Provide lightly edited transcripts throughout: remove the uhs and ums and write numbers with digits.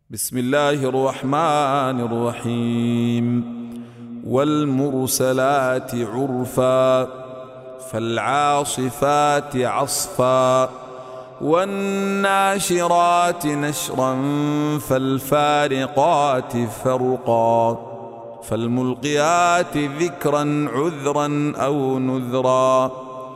بسم الله الرحمن الرحيم. والمرسلات عرفا فالعاصفات عصفا والناشرات نشرا فالفارقات فرقا فالملقيات ذكرا عذرا أو نذرا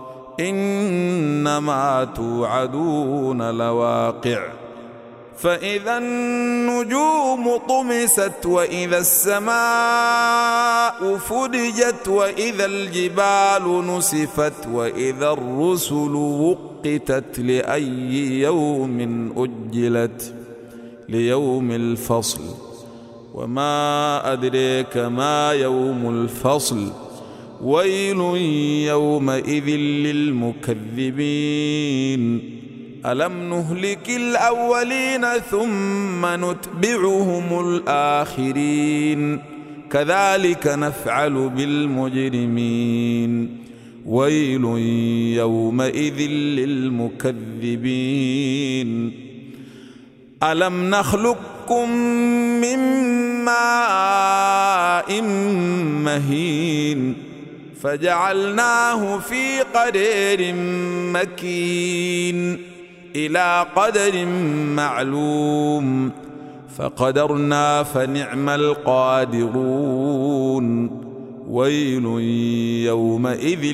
إنما توعدون لواقع فإذا النجوم طمست وإذا السماء فرجت وإذا الجبال نسفت وإذا الرسل وقتت لأي يوم أجلت ليوم الفصل وما أدريك ما يوم الفصل ويل يومئذ للمكذبين ألم نهلك الأولين ثم نتبعهم الآخرين كذلك نفعل بالمجرمين ويل يومئذ للمكذبين ألم نخلقكم من ماء مهين فجعلناه في قرير مكين إلى قدر معلوم فقدرنا فنعم القادرون ويل يومئذ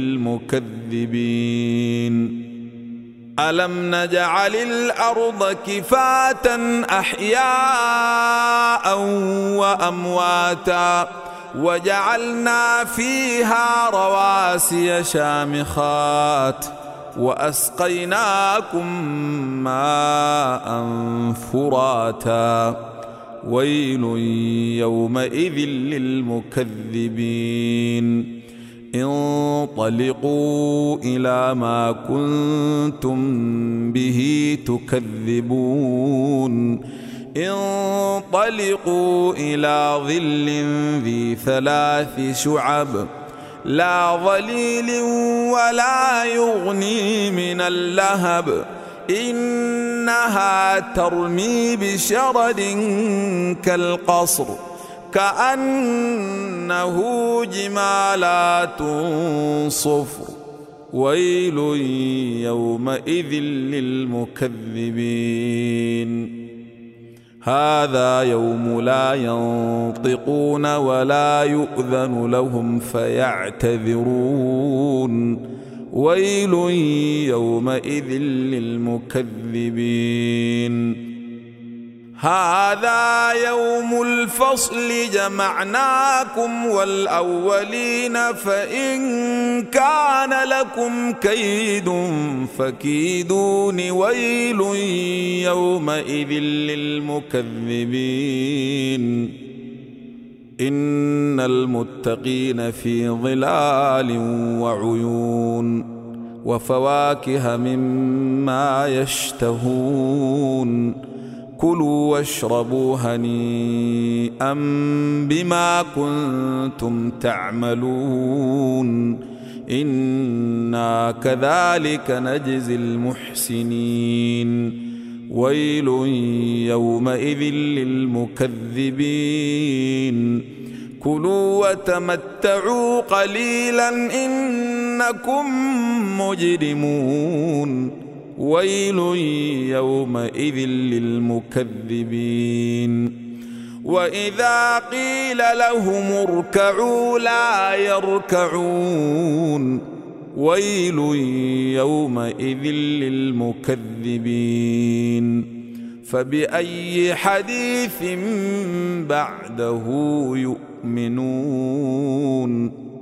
للمكذبين ألم نجعل الأرض كفاة أحياء وأمواتا وجعلنا فيها رواسي شامخات وأسقيناكم ماء فراتا ويل يومئذ للمكذبين انطلقوا إلى ما كنتم به تكذبون انطلقوا إلى ظل ذي 3 شعب لا ظليل ولا يغني من اللهب إنها ترمي بشرر كالقصر كأنه جمالات صفر ويل يومئذ للمكذبين هذا يوم لا ينطقون ولا يؤذن لهم فيعتذرون ويل يومئذ للمكذبين هذا يوم الفصل جمعناكم والأولين فإن كان لكم كيد فكيدون ويل يومئذ للمكذبين إن المتقين في ظلال وعيون وفواكه مما يشتهون كلوا واشربوا هنيئا بما كنتم تعملون إنا كذلك نجزي المحسنين ويل يومئذ للمكذبين كلوا وتمتعوا قليلا إنكم مجرمون ويل يومئذ للمكذبين وإذا قيل لهم اركعوا لا يركعون ويل يومئذ للمكذبين فبأي حديث بعده يؤمنون